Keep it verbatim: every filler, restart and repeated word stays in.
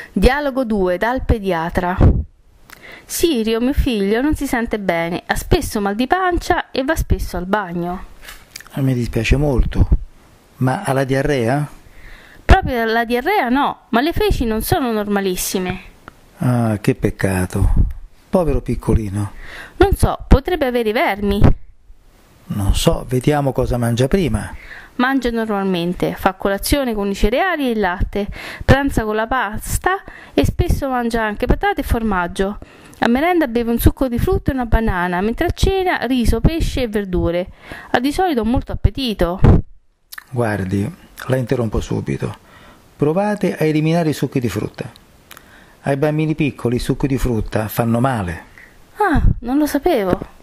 Dialogo due dal pediatra. Sirio, mio figlio, non si sente bene, ha spesso mal di pancia e va spesso al bagno. Mi dispiace molto, ma ha la diarrea? Proprio la diarrea no, ma le feci non sono normalissime. Ah, che peccato. Povero piccolino. Non so, potrebbe avere i vermi. Non so, vediamo cosa mangia prima. Mangia normalmente, fa colazione con i cereali e il latte, pranza con la pasta e spesso mangia anche patate e formaggio. A merenda beve un succo di frutta e una banana, mentre a cena riso, pesce e verdure. Ha di solito molto appetito. Guardi, la interrompo subito. Provate a eliminare i succhi di frutta. Ai bambini piccoli i succhi di frutta fanno male. Ah, non lo sapevo.